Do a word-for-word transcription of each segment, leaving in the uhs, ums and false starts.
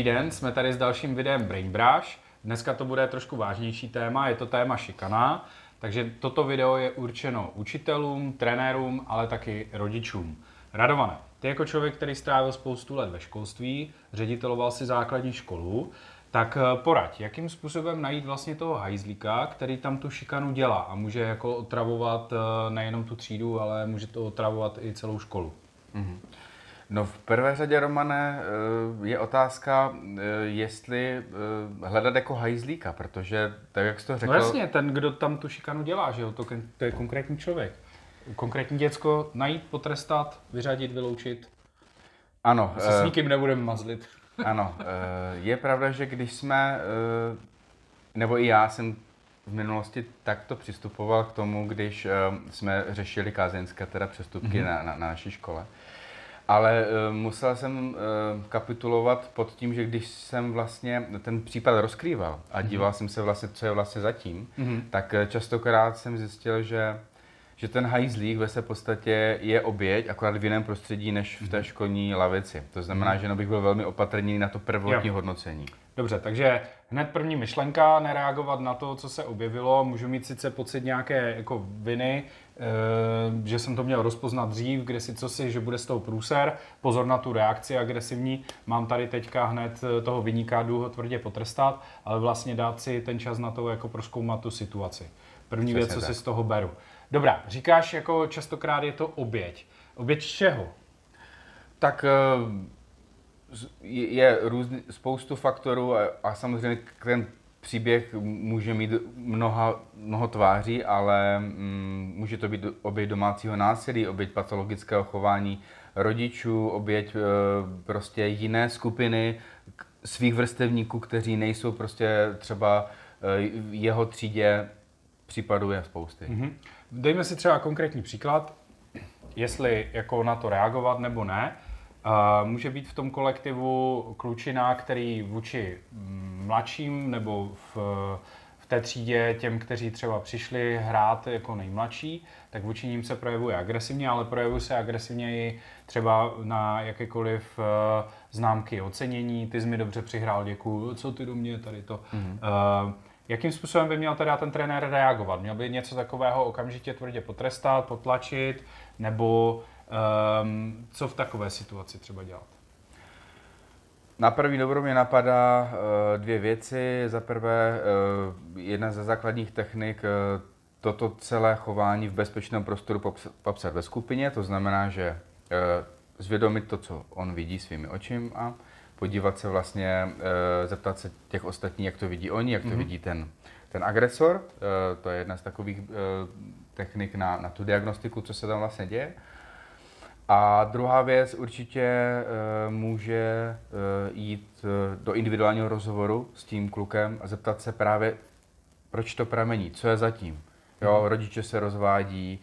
den, jsme tady s dalším videem Brain Brush. Dneska to bude trošku vážnější téma, je to téma šikana. Takže toto video je určeno učitelům, trenérům, ale taky rodičům. Radovane, ty jako člověk, který strávil spoustu let ve školství, řediteloval si základní školu, tak poraď, jakým způsobem najít vlastně toho hajzlíka, který tam tu šikanu dělá a může jako otravovat nejenom tu třídu, ale může to otravovat i celou školu. Mm-hmm. No v prvé řadě, Romane, je otázka, jestli hledat jako hajzlíka, protože tak, jak jsi to řekl... No jasně, ten, kdo tam tu šikanu dělá, že jo, to, to je konkrétní člověk. Konkrétní děcko najít, potrestat, vyřadit, vyloučit. Ano. Se s nikým nebudeme mazlit. Ano, je pravda, že když jsme, nebo i já jsem v minulosti takto přistupoval k tomu, když jsme řešili kázeňské teda přestupky mm-hmm. na, na, na naší škole. Ale uh, musel jsem uh, kapitulovat pod tím, že když jsem vlastně ten případ rozkrýval a díval mm-hmm. jsem se vlastně, co je vlastně zatím, mm-hmm. tak častokrát jsem zjistil, že, že ten hajzlík ve své podstatě je oběť, akorát v jiném prostředí než v té školní lavici. To znamená, mm-hmm. že no bych byl velmi opatrný na to prvotní jo. hodnocení. Dobře, takže hned první myšlenka, nereagovat na to, co se objevilo. Můžu mít sice pocit nějaké jako viny, e, že jsem to měl rozpoznat dřív, kde si co si, že bude z toho průser. Pozor na tu reakci agresivní. Mám tady teďka hned toho viníka, jdu ho tvrdě potrestat, ale vlastně dát si ten čas na to, jako prozkoumat tu situaci. První věc, co si z toho beru. Dobrá, říkáš, jako častokrát je to oběť. Oběť čeho? Tak... E... Je různý, spoustu faktorů a, a samozřejmě ten příběh může mít mnoha, mnoho tváří, ale mm, může to být oběť domácího násilí, oběť patologického chování rodičů, oběť e, prostě jiné skupiny svých vrstevníků, kteří nejsou prostě třeba e, jeho třídě, případů je spousty. Mm-hmm. Dejme si třeba konkrétní příklad, jestli jako na to reagovat nebo ne. Uh, může být v tom kolektivu klučina, který vůči mladším nebo v, v té třídě těm, kteří třeba přišli hrát jako nejmladší, tak vůči ním se projevuje agresivně, ale projevuje se agresivně i třeba na jakékoliv uh, známky ocenění. Ty jsi mi dobře přihrál, děkuju, co ty do mě tady to. Mm-hmm. Uh, jakým způsobem by měl teda ten trenér reagovat? Měl by něco takového okamžitě tvrdě potrestat, potlačit, nebo Um, co v takové situaci třeba dělat? Na první dobrou mě napadá uh, dvě věci. Za prvé, uh, jedna ze základních technik, uh, toto celé chování v bezpečném prostoru pops- popsat ve skupině, to znamená, že uh, zvědomit to, co on vidí svými očima a podívat se vlastně, uh, zeptat se těch ostatních, jak to vidí oni, jak to mm-hmm. vidí ten, ten agresor. Uh, to je jedna z takových uh, technik na, na tu diagnostiku, co se tam vlastně děje. A druhá věc, určitě e, může e, jít e, do individuálního rozhovoru s tím klukem a zeptat se právě, proč to pramení, co je zatím. Jo, rodiče se rozvádí,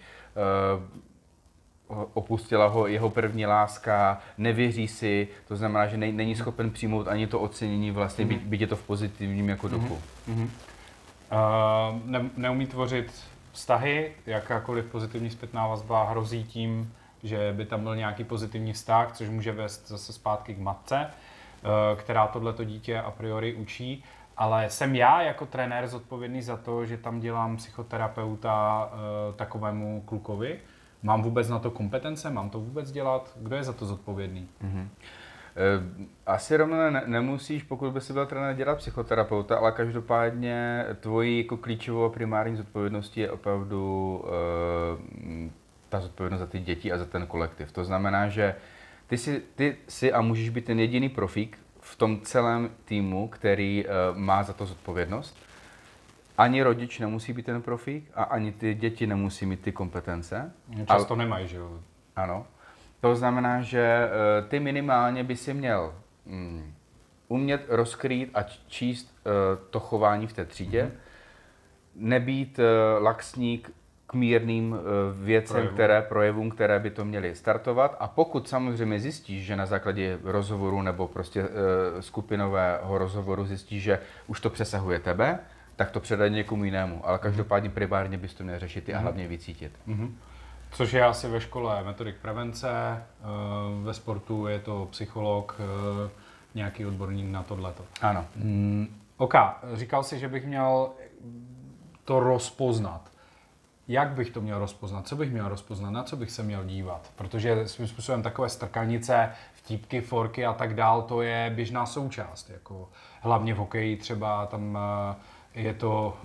e, opustila ho jeho první láska, nevěří si, to znamená, že ne, není schopen přijmout ani to ocenění, vlastně mm-hmm. byť, byť je to v pozitivním jako duchu. Mm-hmm. Uh, ne, neumí tvořit vztahy, jakákoliv pozitivní zpětná vazba hrozí tím, že by tam byl nějaký pozitivní vztah, což může vést zase zpátky k matce, která tohleto dítě a priori učí. Ale jsem já jako trenér zodpovědný za to, že tam dělám psychoterapeuta takovému klukovi? Mám vůbec na to kompetence? Mám to vůbec dělat? Kdo je za to zodpovědný? Mm-hmm. Asi rovně ne, nemusíš, pokud by si byl trenér, dělat psychoterapeuta, ale každopádně tvojí jako klíčovou a primární zodpovědností je opravdu uh, ta zodpovědnost za ty děti a za ten kolektiv. To znamená, že ty si, ty si a můžeš být ten jediný profík v tom celém týmu, který uh, má za to zodpovědnost. Ani rodič nemusí být ten profík a ani ty děti nemusí mít ty kompetence. Často ale, nemají, že jo? Ano. To znamená, že uh, ty minimálně by si měl um, umět rozkrýt a číst uh, to chování v té třídě, mm-hmm. nebýt uh, laxník k mírným uh, věcem, Projevu. které, projevům, které by to měly startovat. A pokud samozřejmě zjistíš, že na základě rozhovoru nebo prostě uh, skupinového rozhovoru zjistíš, že už to přesahuje tebe, tak to předat někomu jinému. Ale každopádně primárně bys to měl řešit ty mm-hmm. a hlavně vycítit. Mm-hmm. Což je asi ve škole metodik prevence, ve sportu je to psycholog, nějaký odborník na tohleto. Ano. Mm, OK, říkal jsi, že bych měl to rozpoznat. Jak bych to měl rozpoznat? Co bych měl rozpoznat? Na co bych se měl dívat? Protože svým způsobem takové strkanice, vtípky, forky a tak dál, to je běžná součást. Jako, hlavně v hokeji třeba tam je to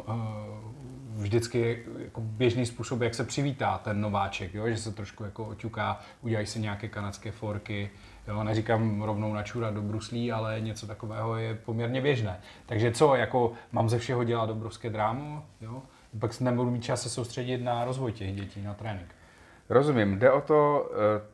vždycky jako běžný způsob, jak se přivítá ten nováček, jo? Že se trošku jako oťuká, udělají si nějaké kanadské forky. Jo? Neříkám rovnou načurat do bruslí, ale něco takového je poměrně běžné. Takže co, jako mám ze všeho dělat obrovské drámu? Jo? Pak nebudu mít čas se soustředit na rozvoj těch dětí, na trénink. Rozumím, jde o to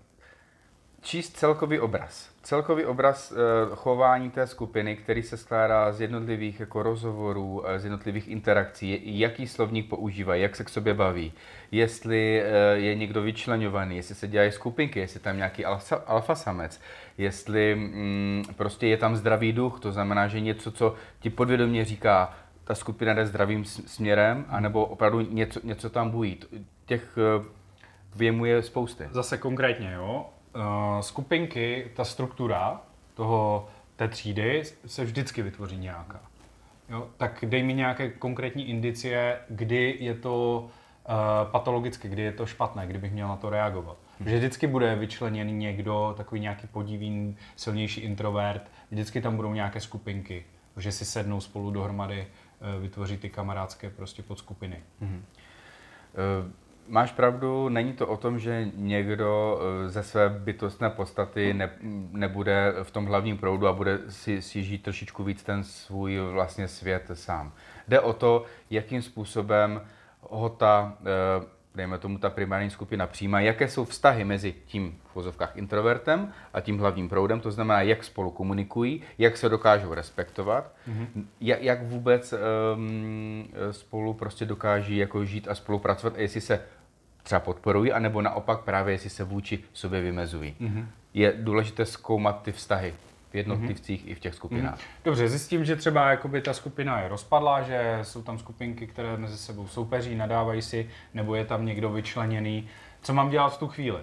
číst celkový obraz. Celkový obraz chování té skupiny, který se skládá z jednotlivých jako rozhovorů, z jednotlivých interakcí, jaký slovník používají, jak se k sobě baví, jestli je někdo vyčleňovaný, jestli se dělají skupinky, jestli tam nějaký alfa, alfa samec, jestli mm, prostě je tam zdravý duch, to znamená, že něco, co ti podvědomě říká, ta skupina jde zdravým směrem, anebo opravdu něco, něco tam bují. Těch věmů je spousty. Zase konkrétně, jo. Uh, skupinky, ta struktura toho, té třídy se vždycky vytvoří nějaká. Jo? Tak dej mi nějaké konkrétní indicie, kdy je to uh, patologické, kdy je to špatné, kdy bych měl na to reagovat. Hmm. Že vždycky bude vyčleněný někdo, takový nějaký podivný, silnější introvert, vždycky tam budou nějaké skupinky, že si sednou spolu dohromady, uh, vytvoří ty kamarádské prostě podskupiny. Hmm. Uh... Máš pravdu, není to o tom, že někdo ze své bytostné podstaty ne, nebude v tom hlavním proudu a bude si, si žít trošičku víc ten svůj vlastně svět sám. Jde o to, jakým způsobem ho ta, dejme tomu, ta primární skupina přijímá, jaké jsou vztahy mezi tím v uvozovkách introvertem a tím hlavním proudem, to znamená, jak spolu komunikují, jak se dokážou respektovat, mm-hmm. jak, jak vůbec um, spolu prostě dokáží jako žít a spolupracovat, a jestli se třeba podporují, anebo naopak právě, jestli se vůči sobě vymezují. Mm-hmm. Je důležité zkoumat ty vztahy v jednotlivcích mm-hmm. i v těch skupinách. Mm-hmm. Dobře, zjistím, že třeba jakoby ta skupina je rozpadlá, že jsou tam skupinky, které mezi sebou soupeří, nadávají si, nebo je tam někdo vyčleněný. Co mám dělat v tu chvíli?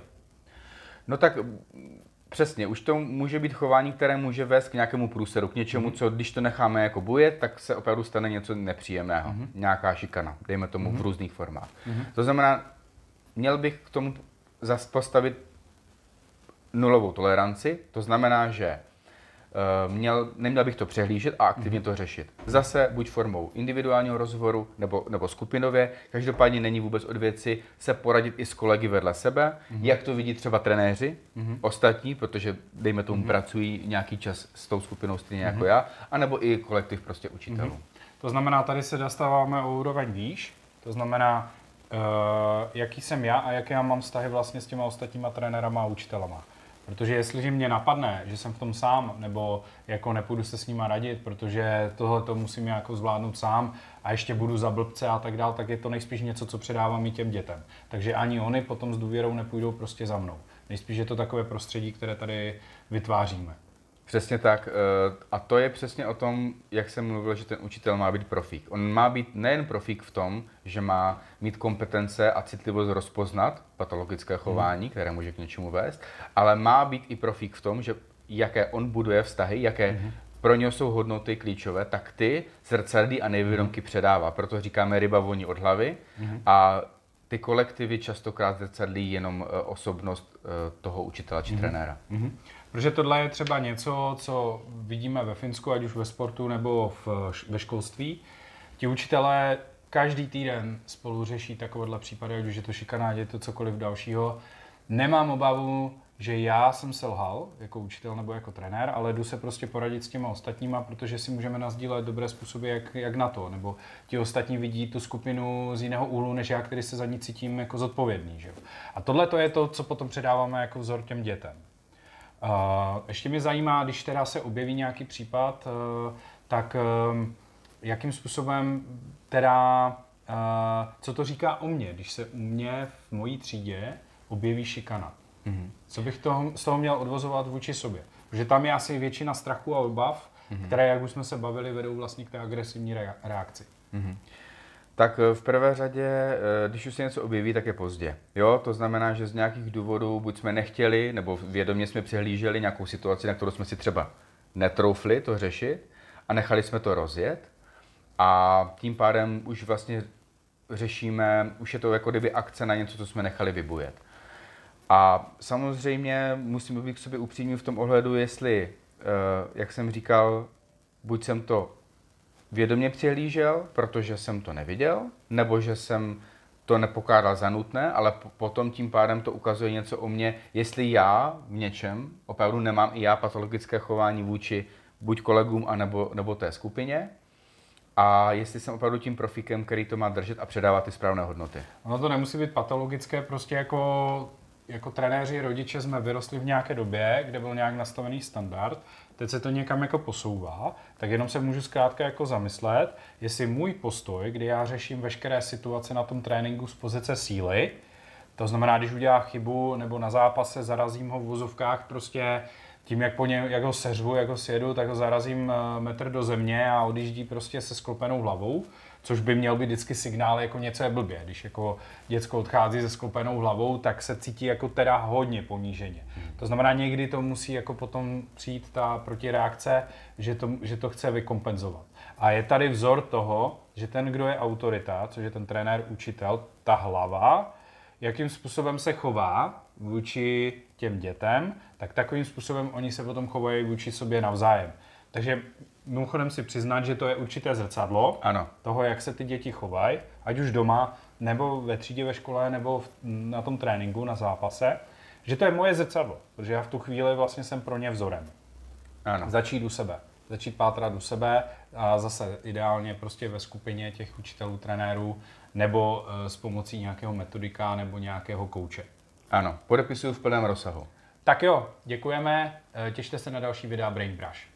No tak přesně, už to může být chování, které může vést k nějakému průseru, k něčemu, mm-hmm. co když to necháme jako bujet, tak se opravdu stane něco nepříjemného. Mm-hmm. Nějaká šikana, dejme tomu mm-hmm. v různých formách. Mm-hmm. To znamená, měl bych k tomu zas postavit nulovou toleranci, to znamená, že uh, měl, neměl bych to přehlížet a aktivně to řešit. Zase buď formou individuálního rozhovoru nebo, nebo skupinově, každopádně není vůbec od věci se poradit i s kolegy vedle sebe, mm-hmm. jak to vidí třeba trenéři, mm-hmm. ostatní, protože dejme tomu mm-hmm. pracují nějaký čas s tou skupinou stejně mm-hmm. jako já, anebo i kolektiv prostě učitelů. Mm-hmm. To znamená, tady se dostáváme o úroveň výš, to znamená, Uh, jaký jsem já a jaké já mám vztahy vlastně s těma ostatníma trenérama a učitelama. Protože jestliže mě napadne, že jsem v tom sám, nebo jako nepůjdu se s nima radit, protože tohle to musím jako zvládnout sám a ještě budu za blbce a tak dál, tak je to nejspíš něco, co předávám i těm dětem. Takže ani oni potom s důvěrou nepůjdou prostě za mnou. Nejspíš je to takové prostředí, které tady vytváříme. Přesně tak. A to je přesně o tom, jak jsem mluvil, že ten učitel má být profík. On má být nejen profík v tom, že má mít kompetence a citlivost rozpoznat patologické chování, které může k něčemu vést, ale má být i profík v tom, že jaké on buduje vztahy, jaké mm-hmm. pro něho jsou hodnoty klíčové, tak ty zrcadlí a nevědomky mm-hmm. předává. Proto říkáme ryba voní od hlavy mm-hmm. a ty kolektivy častokrát zrcadlí jenom osobnost toho učitele či mm-hmm. trenéra. Mm-hmm. Protože tohle je třeba něco, co vidíme ve Finsku, ať už ve sportu nebo v, ve školství. Ti učitelé každý týden spolu řeší takovéhle případy, ať už je to šikana, je to cokoliv dalšího. Nemám obavu, že já jsem selhal jako učitel nebo jako trenér, ale jdu se prostě poradit s těma ostatníma, protože si můžeme nasdílet dobré způsoby, jak, jak na to. Nebo ti ostatní vidí tu skupinu z jiného úhlu, než já, který se za ní cítím jako zodpovědný. Že? A tohle to je to, co potom předáváme jako vzor těm dětem. Uh, ještě mě zajímá, když teda se objeví nějaký případ, uh, tak uh, jakým způsobem teda, uh, co to říká o mně, když se u mě v mojí třídě objeví šikana. Mm-hmm. Co bych toho, z toho měl odvozovat vůči sobě? Protože tam je asi většina strachu a obav, mm-hmm. které, jak už jsme se bavili, vedou vlastně k té agresivní reakci. Mm-hmm. Tak v prvé řadě, když už se něco objeví, tak je pozdě. Jo, to znamená, že z nějakých důvodů buď jsme nechtěli, nebo vědomě jsme přehlíželi nějakou situaci, na kterou jsme si třeba netroufli to řešit a nechali jsme to rozjet. A tím pádem už vlastně řešíme, už je to jako kdyby akce na něco, co jsme nechali vybujet. A samozřejmě musíme být k sobě upřímní v tom ohledu, jestli, jak jsem říkal, buď jsem to vědomě přihlížel, protože jsem to neviděl, nebo že jsem to nepokládal za nutné, ale potom tím pádem to ukazuje něco o mně, jestli já v něčem opravdu nemám i já patologické chování vůči buď kolegům, anebo, nebo té skupině. A jestli jsem opravdu tím profíkem, který to má držet a předávat ty správné hodnoty. Ono to nemusí být patologické, prostě jako, jako trenéři, rodiče jsme vyrostli v nějaké době, kde byl nějak nastavený standard, teď se to někam jako posouvá, tak jenom se můžu zkrátka jako zamyslet, jestli můj postoj, kdy já řeším veškeré situace na tom tréninku z pozice síly, to znamená, když udělá chybu nebo na zápase zarazím ho v vozovkách prostě tím, jak, po něm, jak ho seřvu, jak ho sjedu, tak ho zarazím metr do země a odjíždí prostě se sklopenou hlavou, což by měl být vždycky signál, jako něco je blbě. Když jako děcko odchází se sklopenou hlavou, tak se cítí jako teda hodně poníženě. To znamená, někdy to musí jako potom přijít ta protireakce, že to, že to chce vykompenzovat. A je tady vzor toho, že ten, kdo je autorita, což je ten trenér, učitel, ta hlava, jakým způsobem se chová vůči těm dětem, tak takovým způsobem oni se potom chovají vůči sobě navzájem. Takže mimochodem si přiznat, že to je určité zrcadlo ano. toho, jak se ty děti chovají, ať už doma, nebo ve třídě, ve škole, nebo v, na tom tréninku, na zápase, že to je moje zrcadlo, protože já v tu chvíli vlastně jsem pro ně vzorem. Ano. Začít u sebe. Začít pátrat u sebe a zase ideálně prostě ve skupině těch učitelů, trenérů, nebo e, s pomocí nějakého metodika nebo nějakého kouče. Ano, podepisuju v plném rozsahu. Tak jo, děkujeme, těšte se na další videa Brain Brush.